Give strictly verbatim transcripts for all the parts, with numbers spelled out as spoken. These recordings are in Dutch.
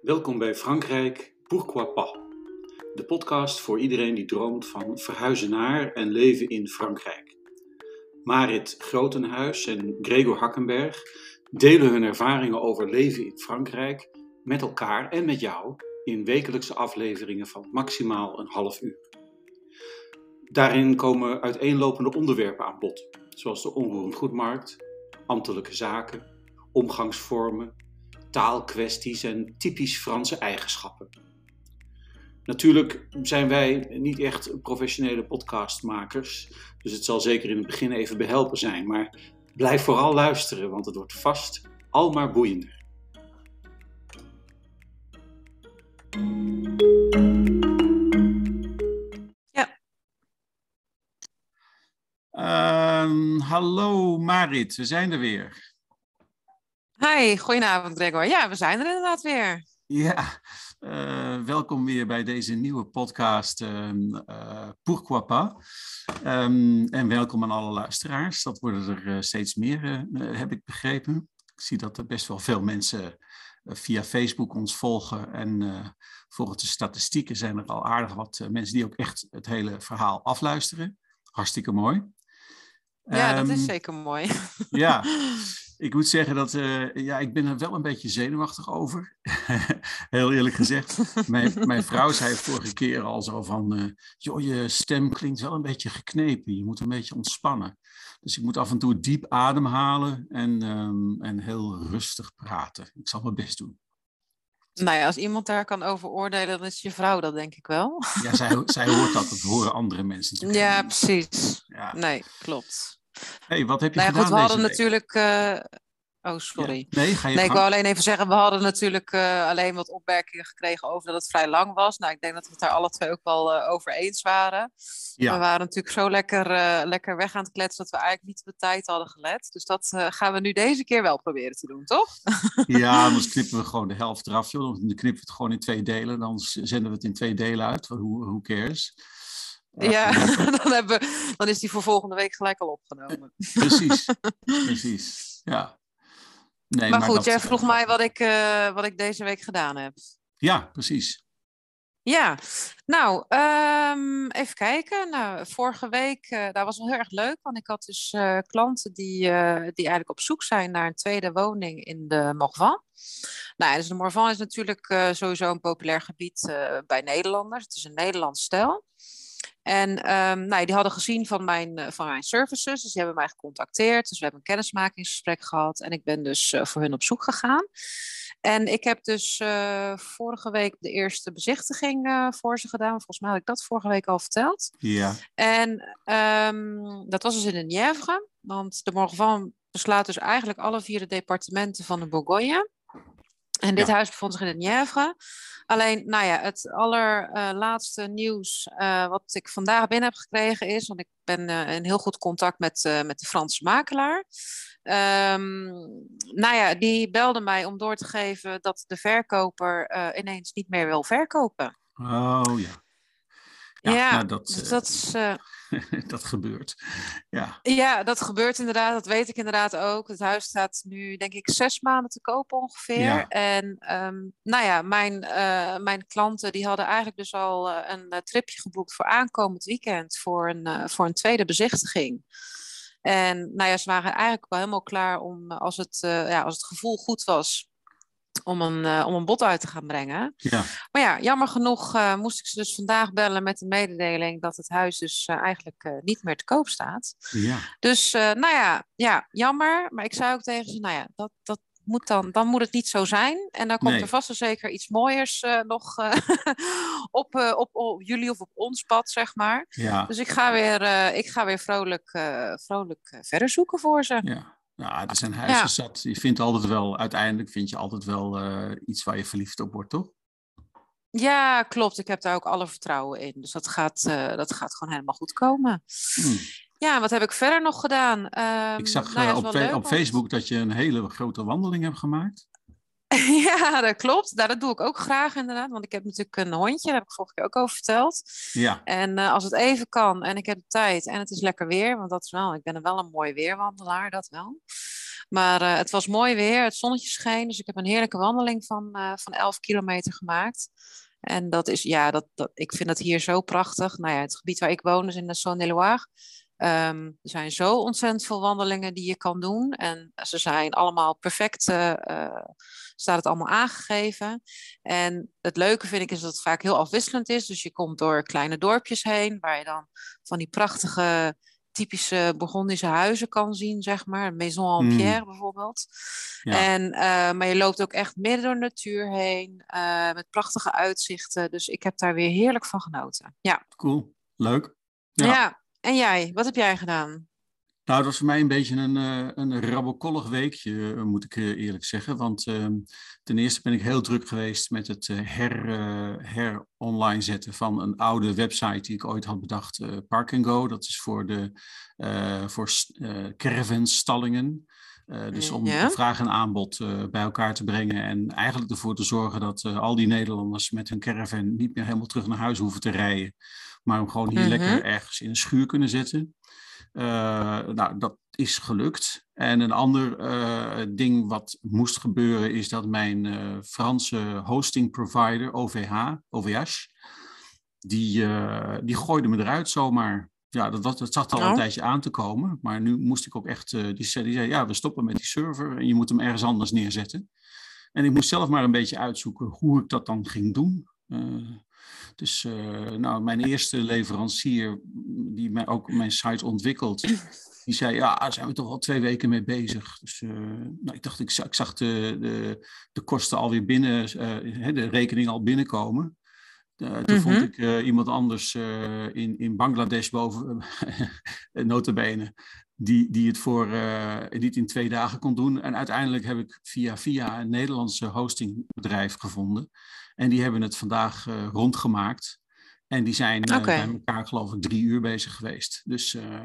Welkom bij Frankrijk, Pourquoi pas? De podcast voor iedereen die droomt van verhuizen naar en leven in Frankrijk. Marit Grotenhuis en Gregor Hakkenberg delen hun ervaringen over leven in Frankrijk met elkaar en met jou in wekelijkse afleveringen van maximaal een half uur. Daarin komen uiteenlopende onderwerpen aan bod, zoals de onroerend goedmarkt, ambtelijke zaken, omgangsvormen, taalkwesties en typisch Franse eigenschappen. Natuurlijk zijn wij niet echt professionele podcastmakers, dus het zal zeker in het begin even behelpen zijn, maar blijf vooral luisteren, want het wordt vast al maar boeiender. Ja. Uh, hallo Marit, we zijn er weer. Hi, goedenavond Gregor. Ja, we zijn er inderdaad weer. Ja, uh, welkom weer bij deze nieuwe podcast um, uh, Pourquoi pas? Um, en welkom aan alle luisteraars. Dat worden er uh, steeds meer, uh, heb ik begrepen. Ik zie dat er best wel veel mensen uh, via Facebook ons volgen. En uh, volgens de statistieken zijn er al aardig wat uh, mensen die ook echt het hele verhaal afluisteren. Hartstikke mooi. Ja, um, dat is zeker mooi. Ja. Ik moet zeggen dat, uh, ja, ik ben er wel een beetje zenuwachtig over. Heel eerlijk gezegd. Mijn, mijn vrouw zei vorige keer al zo van, uh, joh, je stem klinkt wel een beetje geknepen. Je moet een beetje ontspannen. Dus ik moet af en toe diep ademhalen en, um, en heel rustig praten. Ik zal mijn best doen. Nou ja, als iemand daar kan over oordelen, dan is je vrouw dat denk ik wel. Ja, zij, zij hoort dat. Dat horen andere mensen natuurlijk. Ja, precies. Ja. Nee, klopt. Hey, wat heb je nou ja, gedaan goed, we deze hadden week? natuurlijk... Uh... Oh, sorry. Ja. Nee, ga je nee, ik wil alleen even zeggen, we hadden natuurlijk uh, alleen wat opmerkingen gekregen over dat het vrij lang was. Nou, ik denk dat we het daar alle twee ook wel uh, over eens waren. Ja. We waren natuurlijk zo lekker, uh, lekker weg aan het kletsen dat we eigenlijk niet op de tijd hadden gelet. Dus dat uh, gaan we nu deze keer wel proberen te doen, toch? Ja, anders knippen we gewoon de helft eraf. Joh. Dan knippen we het gewoon in twee delen. Dan zenden we het in twee delen uit. Who, who cares? Ja, dan, hebben we, dan is die voor volgende week gelijk al opgenomen. Precies, precies, ja. Nee, maar, maar goed, dat, jij vroeg uh, mij wat ik, uh, wat ik deze week gedaan heb. Ja, precies. Ja, nou, um, even kijken. Nou, vorige week, uh, dat was wel heel erg leuk, want ik had dus uh, klanten die, uh, die eigenlijk op zoek zijn naar een tweede woning in de Morvan. Nou, dus de Morvan is natuurlijk uh, sowieso een populair gebied uh, bij Nederlanders. Het is een Nederlands stel. En um, nou, die hadden gezien van mijn, uh, van mijn services, dus die hebben mij gecontacteerd. Dus we hebben een kennismakingsgesprek gehad en ik ben dus uh, voor hun op zoek gegaan. En ik heb dus uh, vorige week de eerste bezichtiging uh, voor ze gedaan. Volgens mij had ik dat vorige week al verteld. Ja. En um, dat was dus in de Nièvre, want de Morvan beslaat dus eigenlijk alle vier de departementen van de Bourgogne. En dit ja. huis bevond zich in de Nièvre. Alleen, nou ja, het allerlaatste uh, nieuws uh, wat ik vandaag binnen heb gekregen is, want ik ben uh, in heel goed contact met, uh, met de Franse makelaar. Um, nou ja, die belde mij om door te geven dat de verkoper uh, ineens niet meer wil verkopen. Oh ja. Ja, ja nou, dat, dus dat is... Uh, dat gebeurt. Ja. ja, dat gebeurt inderdaad. Dat weet ik inderdaad ook. Het huis staat nu, denk ik, zes maanden te koop ongeveer. Ja. En um, nou ja, mijn, uh, mijn klanten die hadden eigenlijk dus al uh, een uh, tripje geboekt voor aankomend weekend voor een, uh, voor een tweede bezichtiging. En nou ja, ze waren eigenlijk wel helemaal klaar om, als het, uh, ja, als het gevoel goed was, om een, uh, om een bod uit te gaan brengen. Ja. Maar ja, jammer genoeg uh, moest ik ze dus vandaag bellen met de mededeling dat het huis dus uh, eigenlijk uh, niet meer te koop staat. Ja. Dus uh, nou ja, ja, jammer. Maar ik zei ook tegen ze, nou ja, dat, dat moet dan, dan moet het niet zo zijn. En dan komt nee. er vast en zeker iets mooiers uh, nog uh, op, uh, op, op jullie of op ons pad, zeg maar. Ja. Dus ik ga weer, uh, ik ga weer vrolijk, uh, vrolijk uh, verder zoeken voor ze. Ja. Ja, er zijn huizen ja. zat. Je vindt altijd wel, uiteindelijk vind je altijd wel uh, iets waar je verliefd op wordt, toch? Ja, klopt. Ik heb daar ook alle vertrouwen in. Dus dat gaat, uh, dat gaat gewoon helemaal goed komen. Hmm. Ja, wat heb ik verder nog gedaan? Um, ik zag nou ja, uh, op, leuk, fe- op want... Facebook dat je een hele grote wandeling hebt gemaakt. Ja, dat klopt. Nou, dat doe ik ook graag inderdaad. Want ik heb natuurlijk een hondje. Daar heb ik vorige keer ook over verteld. Ja. En uh, als het even kan en ik heb de tijd en het is lekker weer. Want dat is wel, ik ben er wel een mooi weerwandelaar, dat wel. Maar uh, het was mooi weer, het zonnetje scheen. Dus ik heb een heerlijke wandeling van, uh, van elf kilometer gemaakt. En dat is, ja, dat, dat, ik vind het hier zo prachtig. Nou ja, het gebied waar ik woon is in de Saône-et-Loire. Um, er zijn zo ontzettend veel wandelingen die je kan doen. En ze zijn allemaal perfect, uh, uh, staat het allemaal aangegeven. En het leuke vind ik is dat het vaak heel afwisselend is. Dus je komt door kleine dorpjes heen, waar je dan van die prachtige, typische Bourgondische huizen kan zien, zeg maar. Maison en Pierre mm. bijvoorbeeld. Ja. En, uh, maar je loopt ook echt midden door de natuur heen, uh, met prachtige uitzichten. Dus ik heb daar weer heerlijk van genoten. Ja. Cool, leuk. Ja. ja. En jij, wat heb jij gedaan? Nou, dat was voor mij een beetje een, een rabbekollig weekje, moet ik eerlijk zeggen. Want uh, ten eerste ben ik heel druk geweest met het her, uh, her online zetten van een oude website die ik ooit had bedacht, uh, Park and Go. Dat is voor de uh, voor uh, caravanstallingen. Uh, dus om ja. vraag en aanbod uh, bij elkaar te brengen en eigenlijk ervoor te zorgen dat uh, al die Nederlanders met hun caravan niet meer helemaal terug naar huis hoeven te rijden, maar hem gewoon hier mm-hmm. lekker ergens in een schuur kunnen zetten. Uh, nou, dat is gelukt. En een ander uh, ding wat moest gebeuren is dat mijn uh, Franse hosting provider, O V H, O V H, die, uh, die gooide me eruit zomaar. Ja, dat, dat zat al oh. een tijdje aan te komen. Maar nu moest ik ook echt... Uh, die, zei, die zei, ja, we stoppen met die server en je moet hem ergens anders neerzetten. En ik moest zelf maar een beetje uitzoeken hoe ik dat dan ging doen. Uh, dus uh, nou, mijn eerste leverancier, die mij ook mijn site ontwikkelt, die zei, ja, daar zijn we toch al twee weken mee bezig. Dus uh, nou, ik dacht, ik, ik zag de, de, de kosten alweer binnen, uh, de rekening al binnenkomen. Uh, toen mm-hmm. vond ik uh, iemand anders uh, in, in Bangladesh boven, uh, nota bene, die, die het voor, uh, die het in twee dagen kon doen. En uiteindelijk heb ik via via een Nederlandse hostingbedrijf gevonden. En die hebben het vandaag uh, rondgemaakt. En die zijn uh, okay. bij elkaar geloof ik drie uur bezig geweest. Dus uh,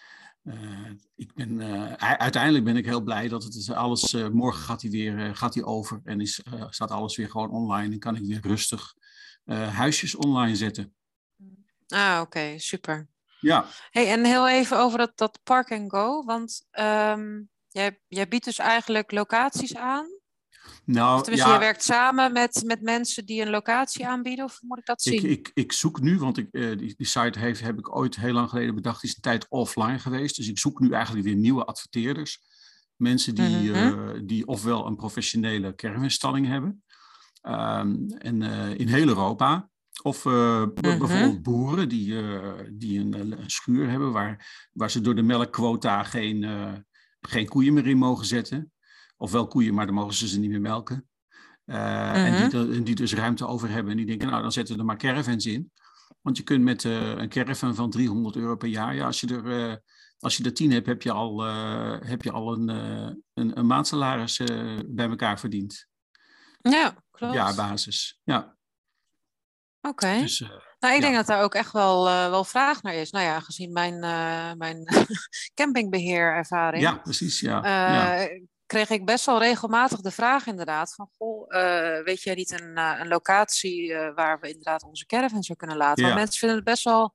uh, ik ben, uh, uiteindelijk ben ik heel blij dat het alles, uh, morgen gaat hij weer uh, gaat hij over. En is, uh, staat alles weer gewoon online en kan ik weer rustig uh, huisjes online zetten. Ah, oké, okay, super. Ja. Hey, en heel even over dat, dat Park and Go. Want um, jij, jij biedt dus eigenlijk locaties aan. Nou, Tenminste, ja, je werkt samen met, met mensen die een locatie aanbieden, of moet ik dat zien? Ik, ik, ik zoek nu, want ik, uh, die, die site heeft, heb ik ooit heel lang geleden bedacht, die is een tijd offline geweest. Dus ik zoek nu eigenlijk weer nieuwe adverteerders. Mensen die, mm-hmm. uh, die ofwel een professionele caravansstalling hebben, um, en, uh, in heel Europa. Of uh, mm-hmm. bijvoorbeeld boeren die, uh, die een, een schuur hebben waar, waar ze door de melkquota geen, uh, geen koeien meer in mogen zetten. Of wel koeien, maar dan mogen ze ze niet meer melken. Uh, mm-hmm. en, die, en die dus ruimte over hebben. En die denken, nou dan zetten we er maar caravans in. Want je kunt met uh, een caravan van driehonderd euro per jaar... Ja, als je er, uh, als je er tien hebt, heb je al, uh, heb je al een, uh, een, een maandsalaris uh, bij elkaar verdiend. Ja, klopt. Op jaarbasis, ja. Oké. Okay. Dus, uh, nou, ik ja. denk dat daar ook echt wel, uh, wel vraag naar is. Nou ja, gezien mijn, uh, mijn campingbeheerervaring. Ja, precies, ja. Uh, ja. kreeg ik best wel regelmatig de vraag inderdaad van, goh, uh, weet jij niet een, uh, een locatie uh, waar we inderdaad onze caravan zou kunnen laten? Ja. Want mensen vinden het best wel,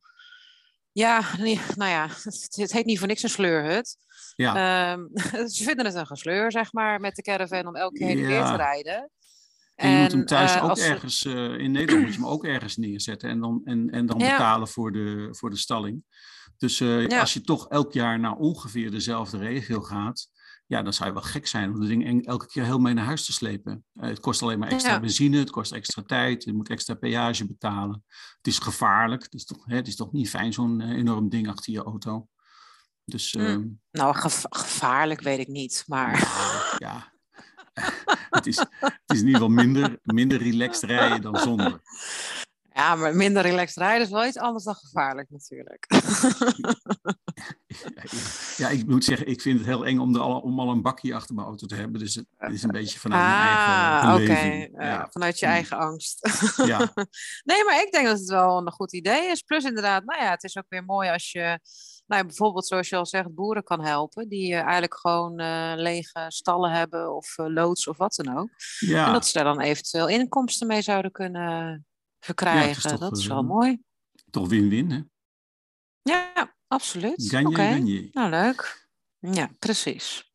ja, nee, nou ja, het, het heet niet voor niks een sleurhut. Ja. Um, ze vinden het een gesleur, zeg maar, met de caravan om elke keer heen en weer te rijden. En je en, moet hem thuis uh, ook ergens, uh, in Nederland moet je hem ook ergens neerzetten en dan, en, en dan ja. betalen voor de, voor de stalling. Dus uh, ja. als je toch elk jaar naar ongeveer dezelfde regio gaat, ja, dan zou je wel gek zijn om dat ding elke keer heel mee naar huis te slepen. Uh, het kost alleen maar extra ja. benzine, het kost extra tijd, je moet extra peage betalen. Het is gevaarlijk, het is toch, hè, het is toch niet fijn zo'n uh, enorm ding achter je auto. Dus, uh, mm. Nou, ge- gevaarlijk weet ik niet, maar... Ja, ja. het, is, het is in ieder geval minder, minder relaxed rijden dan zonder. Ja, maar minder relaxed rijden is wel iets anders dan gevaarlijk natuurlijk. ja, ja, ik moet zeggen, ik vind het heel eng om, er al, om al een bakje achter mijn auto te hebben. Dus het is een beetje vanuit ah, mijn eigen beleving. Okay. Ja. Uh, vanuit je eigen angst. Ja. Nee, maar ik denk dat het wel een goed idee is. Plus inderdaad, nou ja, het is ook weer mooi als je... Nou ja, bijvoorbeeld zoals je al zegt, boeren kan helpen. Die uh, eigenlijk gewoon uh, lege stallen hebben of uh, loods of wat dan ook. Ja. En dat ze daar dan eventueel inkomsten mee zouden kunnen verkrijgen. Ja, is toch, dat is wel uh, mooi. Toch win-win, hè? Ja, absoluut. Gagné, okay. gagné. Nou, leuk. Ja, precies.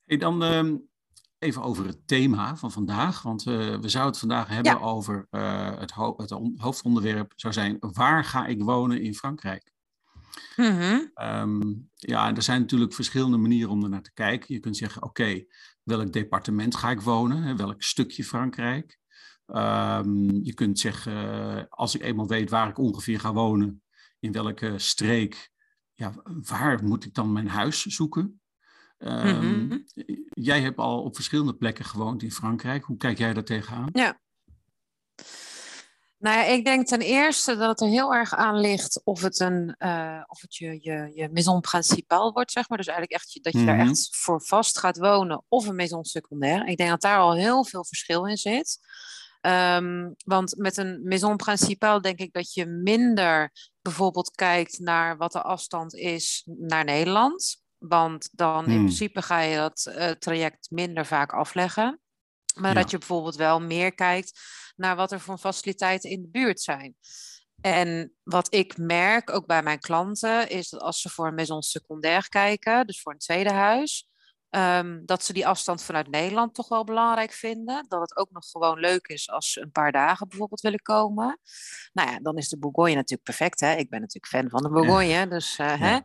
Hey, dan um, even over het thema van vandaag. Want uh, we zouden het vandaag hebben ja. over uh, het, ho- het hoofdonderwerp zou zijn: waar ga ik wonen in Frankrijk? Mm-hmm. Um, ja, er zijn natuurlijk verschillende manieren om er naar te kijken. Je kunt zeggen, oké, okay, welk departement ga ik wonen? Hè? Welk stukje Frankrijk? Um, je kunt zeggen, uh, als ik eenmaal weet waar ik ongeveer ga wonen, in welke streek, ja, waar moet ik dan mijn huis zoeken? Um, mm-hmm. Jij hebt al op verschillende plekken gewoond in Frankrijk. Hoe kijk jij daar tegenaan? Ja. Nou ja, ik denk ten eerste dat het er heel erg aan ligt of het, een, uh, of het je, je, je maison principale wordt, zeg maar. Dus eigenlijk echt dat je mm-hmm. daar echt voor vast gaat wonen of een maison secondaire. Ik denk dat daar al heel veel verschil in zit. Um, want met een maison principale denk ik dat je minder bijvoorbeeld kijkt naar wat de afstand is naar Nederland. Want dan mm. in principe ga je dat uh, traject minder vaak afleggen. Maar ja. dat je bijvoorbeeld wel meer kijkt naar wat er voor faciliteiten in de buurt zijn. En wat ik merk, ook bij mijn klanten, is dat als ze voor een maison secondaire kijken, dus voor een tweede huis, um, dat ze die afstand vanuit Nederland toch wel belangrijk vinden. Dat het ook nog gewoon leuk is als ze een paar dagen bijvoorbeeld willen komen. Nou ja, dan is de Bourgogne natuurlijk perfect. Hè? Ik ben natuurlijk fan van de Bourgogne. Ja. Dus, uh, ja.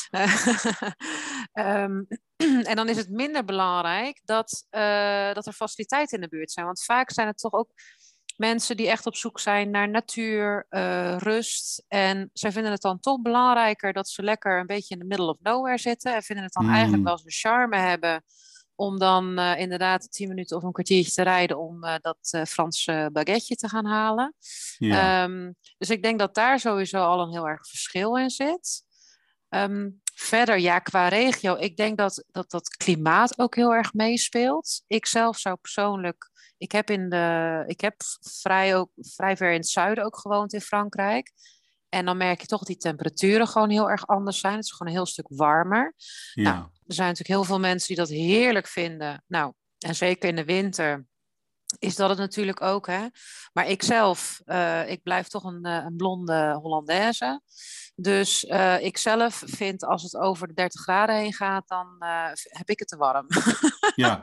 hè? um, en dan is het minder belangrijk dat, uh, dat er faciliteiten in de buurt zijn. Want vaak zijn het toch ook mensen die echt op zoek zijn naar natuur, uh, rust. En zij vinden het dan toch belangrijker dat ze lekker een beetje in the middle of nowhere zitten. En vinden het dan mm. eigenlijk wel zijn charme hebben om dan uh, inderdaad tien minuten of een kwartiertje te rijden om uh, dat uh, Franse baguette te gaan halen. Ja. Um, dus ik denk dat daar sowieso al een heel erg verschil in zit. Um, verder, ja, qua regio, ik denk dat, dat dat klimaat ook heel erg meespeelt. Ik zelf zou persoonlijk, ik heb, in de, ik heb vrij, ook, vrij ver in het zuiden ook gewoond in Frankrijk. En dan merk je toch dat die temperaturen gewoon heel erg anders zijn. Het is gewoon een heel stuk warmer. Ja. Nou, er zijn natuurlijk heel veel mensen die dat heerlijk vinden. Nou, en zeker in de winter is dat het natuurlijk ook, hè. Maar ik zelf, uh, ik blijf toch een, een blonde Hollandaise. Dus uh, ik zelf vind als het over de dertig graden heen gaat, dan uh, heb ik het te warm. Ja.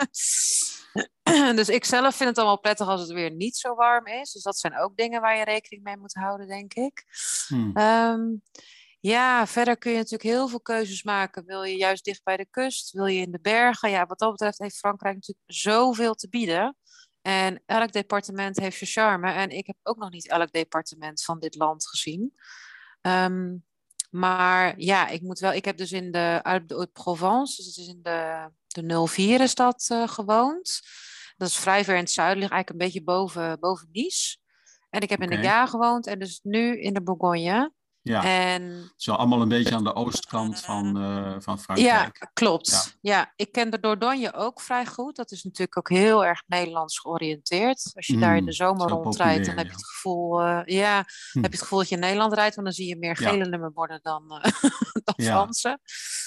Dus ik zelf vind het dan wel prettig als het weer niet zo warm is. Dus dat zijn ook dingen waar je rekening mee moet houden, denk ik. Hmm. Um, ja, verder kun je natuurlijk heel veel keuzes maken. Wil je juist dicht bij de kust? Wil je in de bergen? Ja, wat dat betreft heeft Frankrijk natuurlijk zoveel te bieden. En elk departement heeft zijn charme. En ik heb ook nog niet elk departement van dit land gezien. Um, maar ja, ik moet wel. Ik heb dus in de Haute-Provence, dus het is in de, de nul vier is dat uh, gewoond. Dat is vrij ver in het zuiden, ligt eigenlijk een beetje boven, boven Nice. En ik heb okay. in de Gare gewoond en dus nu in de Bourgogne. Ja, en het is wel allemaal een beetje aan de oostkant van, uh, van Frankrijk. Ja, klopt. Ja. ja, ik ken de Dordogne ook vrij goed. Dat is natuurlijk ook heel erg Nederlands georiënteerd. Als je mm, daar in de zomer rondrijdt, dan heb je het gevoel, uh, ja, hm. heb je het gevoel dat je in Nederland rijdt, want dan zie je meer gele ja. nummerborden dan, uh, dan ja. Franse.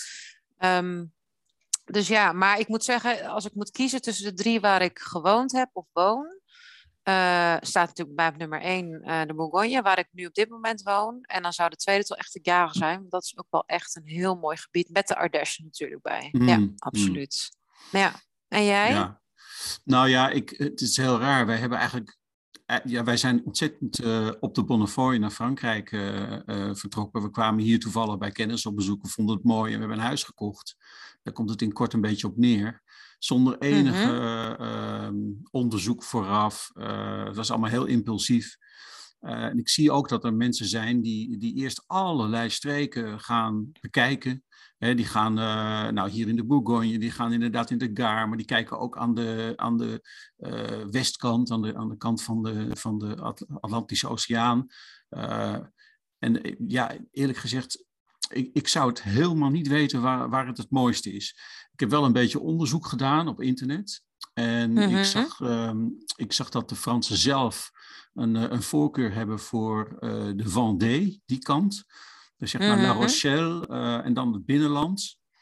Um, dus ja, maar ik moet zeggen, als ik moet kiezen tussen de drie waar ik gewoond heb of woon, Uh, staat natuurlijk bij nummer één uh, de Bourgogne, waar ik nu op dit moment woon. En dan zou de tweede toch echt de Gare zijn. Want dat is ook wel echt een heel mooi gebied. Met de Ardèche natuurlijk bij. Mm, ja, absoluut. Mm. Ja. En jij? Ja. Nou ja, ik, het is heel raar. Wij hebben eigenlijk... Ja, wij zijn ontzettend uh, op de Bonnefoy naar Frankrijk uh, uh, vertrokken. We kwamen hier toevallig bij kennis op bezoek. We vonden het mooi en we hebben een huis gekocht. Daar komt het in kort een beetje op neer. Zonder enige mm-hmm. uh, onderzoek vooraf. Uh, het was allemaal heel impulsief. Uh, en ik zie ook dat er mensen zijn die, die eerst allerlei streken gaan bekijken. He, die gaan uh, nou, hier in de Bourgogne, die gaan inderdaad in de Gare, maar die kijken ook aan de, aan de uh, westkant, aan de, aan de kant van de, van de Atlantische Oceaan. Uh, en ja, eerlijk gezegd, ik, ik zou het helemaal niet weten waar, waar het het mooiste is. Ik heb wel een beetje onderzoek gedaan op internet. En mm-hmm. ik, zag, um, ik zag dat de Fransen zelf een, een voorkeur hebben voor uh, de Vendée, die kant. Dus zeg maar mm-hmm. La Rochelle uh, en dan het binnenland.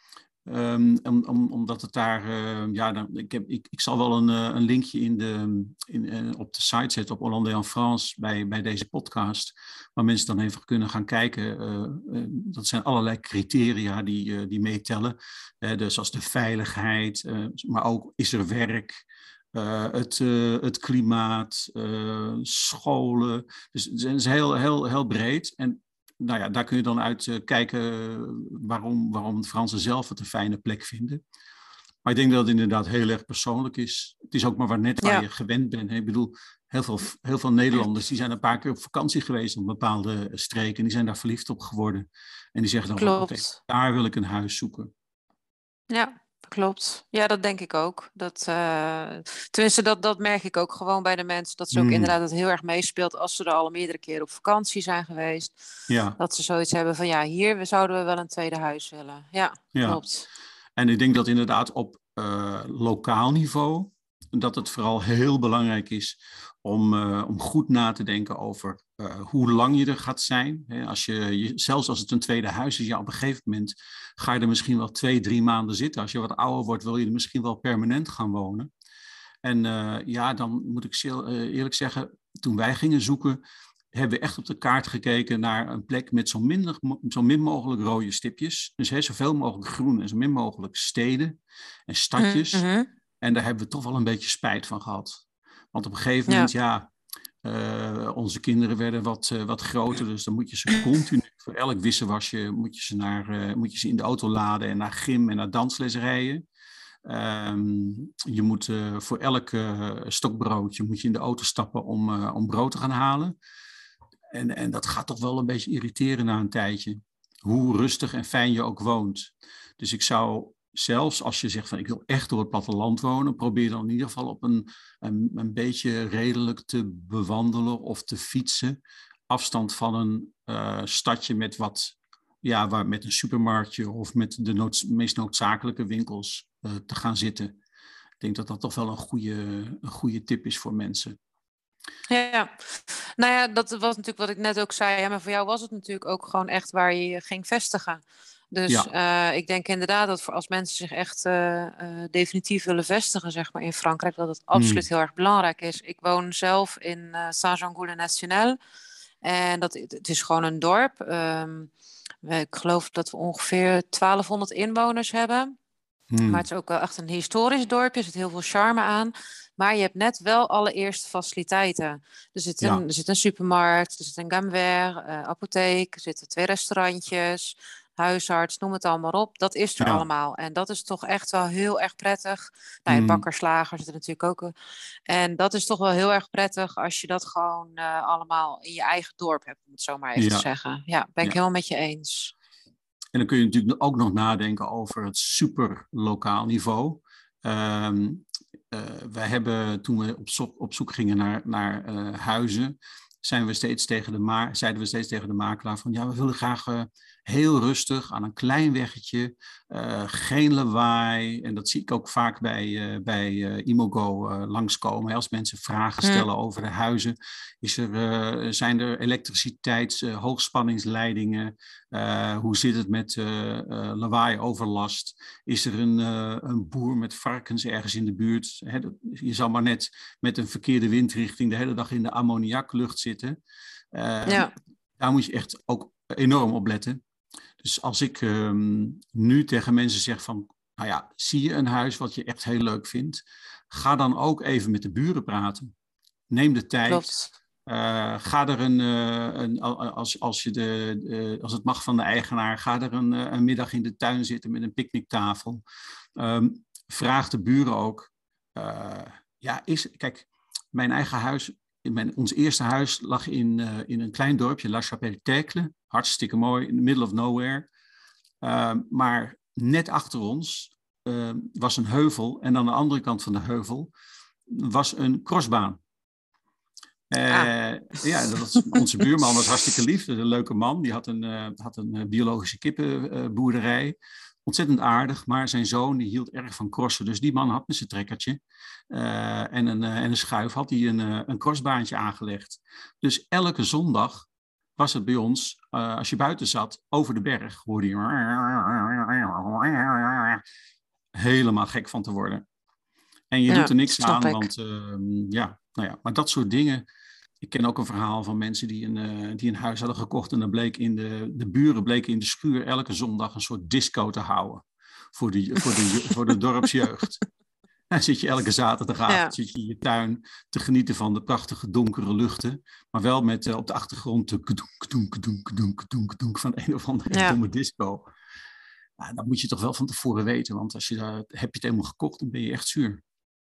Um, om, om, omdat het daar, uh, ja, dan, ik, heb, ik, ik zal wel een, uh, een linkje in de, in, uh, op de site zetten, op Hollandais en France, bij, bij deze podcast, waar mensen dan even kunnen gaan kijken. Uh, uh, dat zijn allerlei criteria die, uh, die meetellen. Uh, dus als de veiligheid, uh, maar ook is er werk, uh, het, uh, het klimaat, uh, scholen. Dus het is heel, heel, heel breed. En nou ja, daar kun je dan uit uh, kijken uh, waarom, waarom de Fransen zelf het een fijne plek vinden. Maar ik denk dat het inderdaad heel erg persoonlijk is. Het is ook maar waar net waar ja. je gewend bent. Hè? Ik bedoel, heel veel, heel veel Nederlanders die zijn een paar keer op vakantie geweest op bepaalde streken. En die zijn daar verliefd op geworden. En die zeggen dan, Klopt. Okay, daar wil ik een huis zoeken. Ja. Klopt. Ja, dat denk ik ook. Dat, uh, tenminste, dat, dat merk ik ook gewoon bij de mensen. Dat ze ook mm. inderdaad het heel erg meespeelt als ze er al meerdere keren op vakantie zijn geweest. Ja. Dat ze zoiets hebben van ja, hier zouden we wel een tweede huis willen. Ja, ja. klopt. En ik denk dat inderdaad op uh, lokaal niveau, dat het vooral heel belangrijk is om, uh, om goed na te denken over uh, hoe lang je er gaat zijn. He, als je, je, zelfs als het een tweede huis is, ja, op een gegeven moment ga je er misschien wel twee, drie maanden zitten. Als je wat ouder wordt, wil je er misschien wel permanent gaan wonen. En uh, ja, dan moet ik eerlijk zeggen, toen wij gingen zoeken, hebben we echt op de kaart gekeken naar een plek met zo, minder, zo min mogelijk rode stipjes. Dus he, zoveel mogelijk groen en zo min mogelijk steden en stadjes. Mm-hmm. En daar hebben we toch wel een beetje spijt van gehad. Want op een gegeven moment, ja, ja uh, onze kinderen werden wat, uh, wat groter. Dus dan moet je ze continu, voor elk wisselwasje, moet je ze, naar, uh, moet je ze in de auto laden en naar gym en naar dansles rijden. Um, je moet uh, voor elk uh, stokbroodje moet je in de auto stappen om, uh, om brood te gaan halen. En, en dat gaat toch wel een beetje irriteren na een tijdje. Hoe rustig en fijn je ook woont. Dus ik zou zelfs als je zegt van ik wil echt door het platteland wonen, probeer dan in ieder geval op een, een, een beetje redelijk te bewandelen of te fietsen. Afstand van een uh, stadje met wat, ja, waar, met een supermarktje of met de nood, meest noodzakelijke winkels uh, te gaan zitten. Ik denk dat dat toch wel een goede, een goede tip is voor mensen. Ja, nou ja, dat was natuurlijk wat ik net ook zei. Ja, maar voor jou was het natuurlijk ook gewoon echt waar je je ging vestigen. Dus ja. uh, ik denk inderdaad dat voor als mensen zich echt uh, uh, definitief willen vestigen, zeg maar, in Frankrijk, dat het absoluut mm. heel erg belangrijk is. Ik woon zelf in uh, Saint-Jean-Goulet-National en dat, het is gewoon een dorp. Um, ik geloof dat we ongeveer twaalfhonderd inwoners hebben. Mm. Maar het is ook wel echt een historisch dorpje, er zit heel veel charme aan. Maar je hebt net wel alle eerste faciliteiten. Er zit een, ja. er zit een supermarkt, er zit een gamwer, uh, apotheek, er zitten twee restaurantjes, huisarts, noem het allemaal op. Dat is er ja. allemaal. En dat is toch echt wel heel erg prettig. Nou, mm. bakkerslager zit er natuurlijk ook. En dat is toch wel heel erg prettig als je dat gewoon uh, allemaal in je eigen dorp hebt, om het zo maar even ja. te zeggen. Ja, ben ik ja. helemaal met je eens. En dan kun je natuurlijk ook nog nadenken over het super lokaal niveau. Um, uh, wij hebben, toen we op, zo- op zoek gingen naar, naar uh, huizen, zijn we steeds tegen de ma- zeiden we steeds tegen de makelaar van ja, we willen graag uh, heel rustig aan een klein weggetje, uh, geen lawaai. En dat zie ik ook vaak bij, uh, bij uh, Imogo uh, langskomen. Als mensen vragen stellen hmm. over de huizen, is er, uh, zijn er elektriciteits, uh, hoogspanningsleidingen? Uh, hoe zit het met uh, uh, lawaai-overlast? Is er een, uh, een boer met varkens ergens in de buurt? He, dat, je zal maar net met een verkeerde windrichting de hele dag in de ammoniaklucht zitten. Uh, ja. Daar moet je echt ook enorm op letten. Dus als ik um, nu tegen mensen zeg van, nou ja, zie je een huis wat je echt heel leuk vindt, ga dan ook even met de buren praten. Neem de tijd. Klopt. Uh, ga er een, uh, een als, als, je de, uh, als het mag van de eigenaar, ga er een, uh, een middag in de tuin zitten met een picknicktafel. Um, vraag de buren ook. Uh, ja, is, kijk, mijn eigen huis, mijn, ons eerste huis lag in, uh, in een klein dorpje, La Chapelle-Tecles. Hartstikke mooi, in the middle of nowhere. Uh, maar net achter ons uh, was een heuvel en aan de andere kant van de heuvel was een crossbaan. Uh, ah. Ja, dat was, onze buurman was hartstikke lief. Een leuke man. Die had een, uh, had een uh, biologische kippenboerderij. Uh, Ontzettend aardig, maar zijn zoon die hield erg van crossen. Dus die man had met zijn trekkertje uh, en, een, uh, en een schuif had hij een, uh, een crossbaantje aangelegd. Dus elke zondag was het bij ons, uh, als je buiten zat, over de berg, hoorde je daar helemaal gek van te worden. En je Ja, doet er niks snap aan, ik. want uh, ja, nou ja, maar dat soort dingen. Ik ken ook een verhaal van mensen die een, uh, die een huis hadden gekocht en dan bleek in de, de buren bleken in de schuur elke zondag een soort disco te houden voor de, voor de, voor de dorpsjeugd. Dan zit je elke zaterdagavond Ja. zit je in je tuin te genieten van de prachtige donkere luchten, maar wel met uh, op de achtergrond de kedonk, kedonk, kedonk, kedonk, kedonk, kedonk van een of andere Ja. domme disco. Nou, dat moet je toch wel van tevoren weten, want als je daar, heb je het helemaal gekocht, dan ben je echt zuur.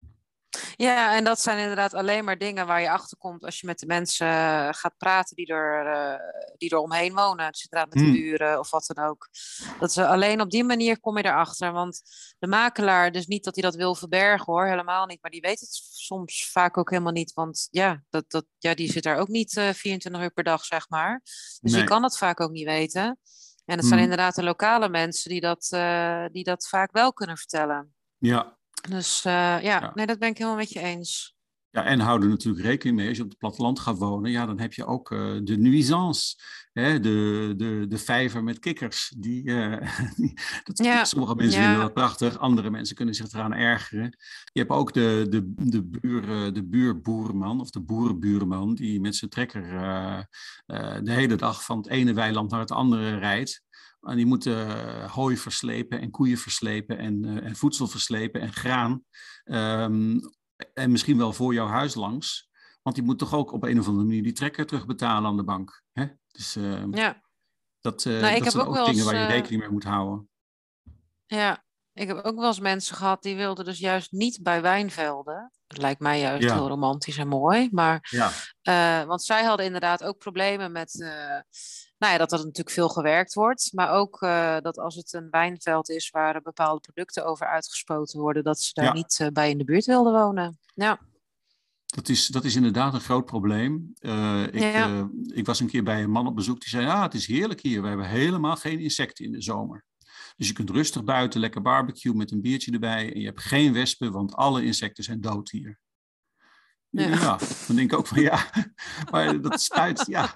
Ja, en dat zijn inderdaad alleen maar dingen waar je achter komt als je met de mensen uh, gaat praten die er, uh, die er omheen wonen. Dus inderdaad met de Hmm. buren of wat dan ook. Dat is, uh, alleen op die manier kom je erachter. Want de makelaar, dus niet dat hij dat wil verbergen hoor, helemaal niet. Maar die weet het soms vaak ook helemaal niet. Want ja, dat, dat, ja die zit daar ook niet uh, vierentwintig uur per dag, zeg maar. Dus Nee. die kan dat vaak ook niet weten. En het zijn Hmm. inderdaad de lokale mensen die dat, uh, die dat vaak wel kunnen vertellen. Ja. Dus uh, ja, Ja. nee, dat ben ik helemaal met je eens. Ja, en hou er natuurlijk rekening mee, als je op het platteland gaat wonen, ja, dan heb je ook uh, de nuisance, hè, de, de, de vijver met kikkers. Die, uh, die, dat, ja. Sommige mensen ja. vinden dat prachtig, andere mensen kunnen zich eraan ergeren. Je hebt ook de, de, de, buur, de buurboerenman of de boerenbuurman die met zijn trekker uh, uh, de hele dag van het ene weiland naar het andere rijdt. En die moeten uh, hooi verslepen en koeien verslepen en, uh, en voedsel verslepen en graan. Um, En misschien wel voor jouw huis langs. Want die moet toch ook op een of andere manier die trekker terugbetalen aan de bank. Hè? Dus uh, ja. dat, uh, nou, dat zijn ook, ook dingen waar je uh, rekening mee moet houden. Ja, ik heb ook wel eens mensen gehad die wilden dus juist niet bij wijnvelden. Dat lijkt mij juist ja. heel romantisch en mooi. Maar, ja. uh, want zij hadden inderdaad ook problemen met... Uh, nou ja, dat er natuurlijk veel gewerkt wordt. Maar ook uh, dat als het een wijnveld is waar er bepaalde producten over uitgespoten worden, dat ze daar ja. niet uh, bij in de buurt wilden wonen. Ja. Dat is, dat is inderdaad een groot probleem. Uh, ik, ja. uh, ik was een keer bij een man op bezoek die zei, ah, het is heerlijk hier. We hebben helemaal geen insecten in de zomer. Dus je kunt rustig buiten, lekker barbecue met een biertje erbij. En je hebt geen wespen, want alle insecten zijn dood hier. Ja, ja dan denk ik ook van ja, maar dat spijt, ja.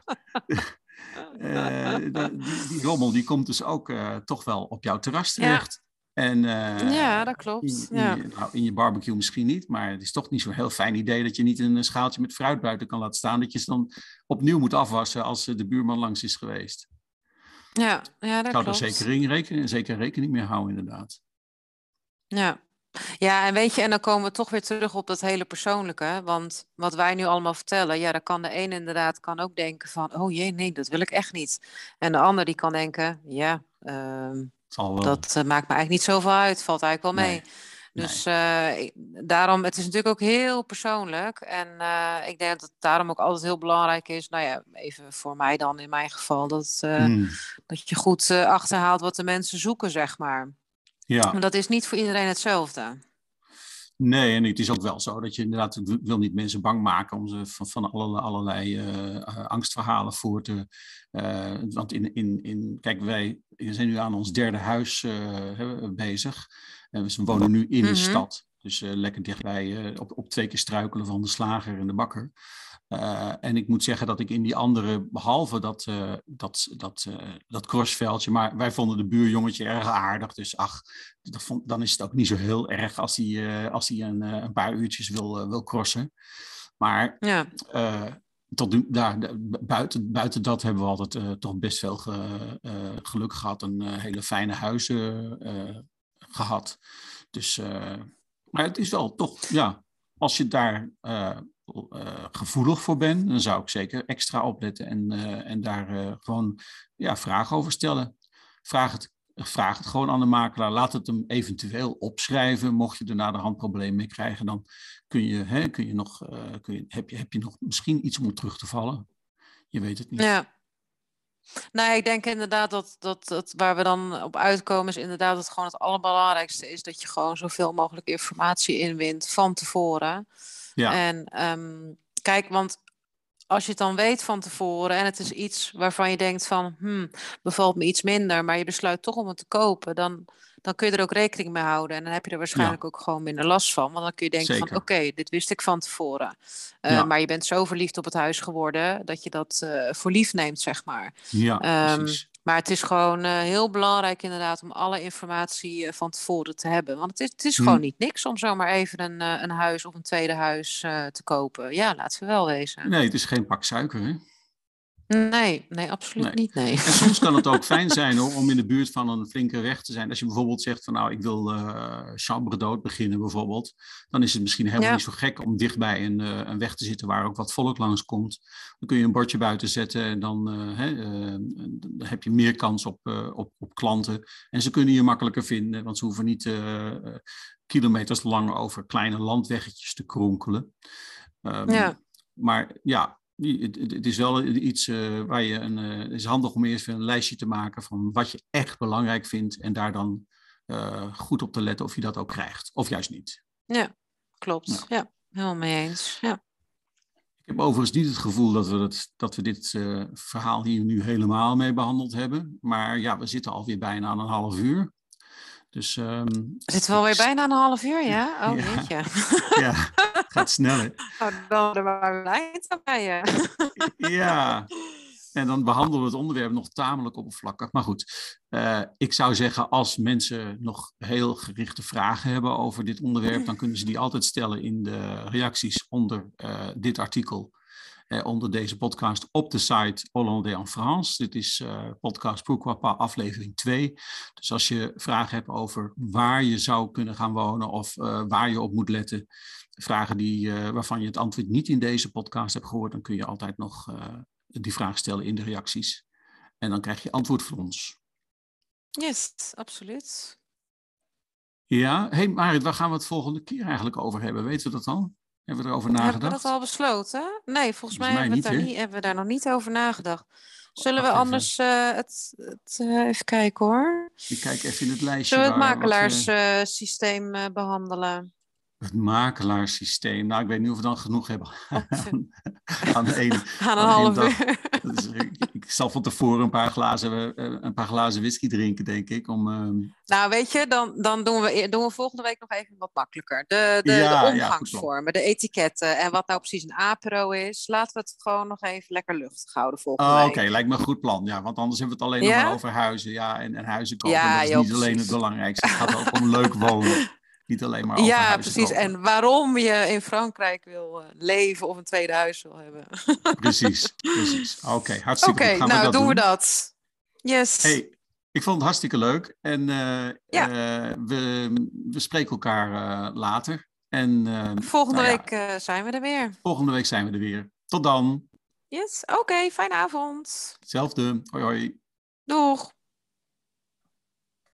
Uh, die, die rommel die komt dus ook uh, toch wel op jouw terras terecht. Ja, en, uh, ja dat klopt. In, ja. in, nou, in je barbecue misschien niet, maar het is toch niet zo'n heel fijn idee dat je niet een schaaltje met fruit buiten kan laten staan. Dat je ze dan opnieuw moet afwassen als de buurman langs is geweest. Ja, ja dat Ik zou klopt. er zeker rekening, zeker rekening mee houden, inderdaad. Ja. Ja, en weet je, en dan komen we toch weer terug op dat hele persoonlijke. Want wat wij nu allemaal vertellen, ja, dan kan de een inderdaad kan ook denken van, oh jee, nee, dat wil ik echt niet. En de ander die kan denken, ja, uh, dat uh, maakt me eigenlijk niet zoveel uit, valt eigenlijk wel mee. Nee. Dus nee. uh, daarom, het is natuurlijk ook heel persoonlijk. En uh, ik denk dat het daarom ook altijd heel belangrijk is, nou ja, even voor mij dan in mijn geval, dat, uh, mm. dat je goed uh, achterhaalt wat de mensen zoeken, zeg maar. Ja. Maar dat is niet voor iedereen hetzelfde. Nee, en het is ook wel zo dat je inderdaad wil niet mensen bang maken om ze van, van allerlei, allerlei uh, uh, angstverhalen voor te... Uh, want in, in, in, kijk, wij zijn nu aan ons derde huis uh, bezig. Uh, we wonen nu in mm-hmm. de stad. Dus uh, lekker dichtbij, uh, op, op twee keer struikelen van de slager en de bakker. Uh, en ik moet zeggen dat ik in die andere, behalve dat, uh, dat, dat, uh, dat crossveldje, maar wij vonden de buurjongetje erg aardig. Dus ach, dat vond, dan is het ook niet zo heel erg als hij uh, als hij een, uh, een paar uurtjes wil, uh, wil crossen. Maar ja. uh, tot nu, daar, buiten, buiten dat hebben we altijd uh, toch best veel ge, uh, geluk gehad en uh, hele fijne huizen uh, gehad. Dus, uh, maar het is wel toch, ja, als je daar... Uh, Uh, gevoelig voor ben, dan zou ik zeker extra opletten en, uh, en daar uh, gewoon ja, vragen over stellen. Vraag het, vraag het gewoon aan de makelaar. Laat het hem eventueel opschrijven. Mocht je er na de hand problemen mee krijgen, dan kun je, hè, kun je nog, uh, kun je, heb, je, heb je nog misschien iets om op terug te vallen. Je weet het niet. Ja. Nou, ik denk inderdaad dat, dat, dat waar we dan op uitkomen is inderdaad dat gewoon het allerbelangrijkste is dat je gewoon zoveel mogelijk informatie inwint van tevoren. Ja. En um, kijk, want als je het dan weet van tevoren en het is iets waarvan je denkt van, hmm, bevalt me iets minder, maar je besluit toch om het te kopen, dan, dan kun je er ook rekening mee houden. En dan heb je er waarschijnlijk ja. ook gewoon minder last van. Want dan kun je denken Zeker. van, oké, okay, dit wist ik van tevoren. Uh, ja. Maar je bent zo verliefd op het huis geworden dat je dat uh, voor lief neemt, zeg maar. Ja, um, precies. Maar het is gewoon uh, heel belangrijk inderdaad om alle informatie uh, van tevoren te hebben. Want het is, het is Hmm. gewoon niet niks om zomaar even een, uh, een huis of een tweede huis uh, te kopen. Ja, laten we wel wezen. Nee, het is geen pak suiker, hè? Nee, nee, absoluut Nee. niet, nee. En soms kan het ook fijn zijn hoor, om in de buurt van een flinke weg te zijn. Als je bijvoorbeeld zegt van nou, ik wil uh, chambre d'hôte beginnen bijvoorbeeld. Dan is het misschien helemaal Ja. niet zo gek om dichtbij een, uh, een weg te zitten waar ook wat volk langskomt. Dan kun je een bordje buiten zetten en dan, uh, he, uh, dan heb je meer kans op, uh, op, op klanten. En ze kunnen je makkelijker vinden, want ze hoeven niet uh, uh, kilometers lang over kleine landweggetjes te kronkelen. Um, Ja. Maar ja... Het, het is wel iets uh, waar je een. Uh, het is handig om eerst een lijstje te maken van wat je echt belangrijk vindt. En daar dan uh, goed op te letten of je dat ook krijgt. Of juist niet. Ja, klopt. Ja, ja helemaal mee eens. Ja. Ik heb overigens niet het gevoel dat we, het, dat we dit uh, verhaal hier nu helemaal mee behandeld hebben. Maar ja, we zitten alweer bijna aan een half uur. Dus, um, Zitten we alweer bijna een half uur, ja? Oh, ja. weet je. Ja, gaat sneller. Nou, dan er maar een eind bij je. Ja, en dan behandelen we het onderwerp nog tamelijk oppervlakkig. Maar goed, uh, ik zou zeggen, als mensen nog heel gerichte vragen hebben over dit onderwerp, dan kunnen ze die altijd stellen in de reacties onder uh, dit artikel. Uh, onder deze podcast op de site Hollandais en France. Dit is uh, podcast Pourquoi Pas aflevering twee. Dus als je vragen hebt over waar je zou kunnen gaan wonen of uh, waar je op moet letten, vragen die, uh, waarvan je het antwoord niet in deze podcast hebt gehoord, dan kun je altijd nog uh, die vraag stellen in de reacties. En dan krijg je antwoord van ons. Yes, absoluut. Ja, hé hey Marit, waar gaan we het volgende keer eigenlijk over hebben? Weten we dat al? Hebben we erover nagedacht? Hebben we dat al besloten? Nee, volgens, volgens mij, mij hebben, niet, we daar niet, hebben we daar nog niet over nagedacht. Zullen Wacht we anders uh, het, het uh, even kijken hoor. Ik kijk even in het lijstje. Zullen we het waar, makelaarssysteem uh, uh, behandelen? Het makelaarssysteem. Nou, ik weet niet of we dan genoeg hebben aan, aan de ene. Aan een half uur. Dus, ik, ik zal van tevoren een paar glazen, een paar glazen whisky drinken, denk ik. Om, uh... Nou, weet je, dan, dan doen, we, doen we volgende week nog even wat makkelijker. De, de, ja, de omgangsvormen, ja, de etiketten en wat nou precies een apero is. Laten we het gewoon nog even lekker luchtig houden volgende oh, week. Oké, okay, lijkt me een goed plan. Ja, want anders hebben we het alleen ja? nog maar over huizen. Ja, en, en huizen kopen. Ja, dat is joh, niet alleen het belangrijkste. Het gaat ook om leuk wonen. Niet alleen maar over ja, huizen precies. kopen. En waarom je in Frankrijk wil uh, leven of een tweede huis wil hebben. Precies, precies. Oké, okay, hartstikke okay, goed. Gaan nou, we dat doen doen we dat. Yes. Hey, ik vond het hartstikke leuk. En uh, ja. uh, we, we spreken elkaar uh, later. En, uh, volgende nou week ja, uh, zijn we er weer. Volgende week zijn we er weer. Tot dan. Yes, oké. Okay, fijne avond. Hetzelfde. Hoi hoi. Doeg.